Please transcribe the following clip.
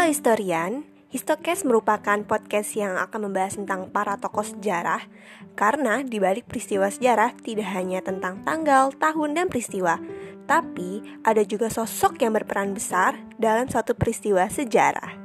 Halo historian, Histocast merupakan podcast yang akan membahas tentang para tokoh sejarah. Karena di balik peristiwa sejarah tidak hanya tentang tanggal, tahun, dan peristiwa, tapi ada juga sosok yang berperan besar dalam suatu peristiwa sejarah.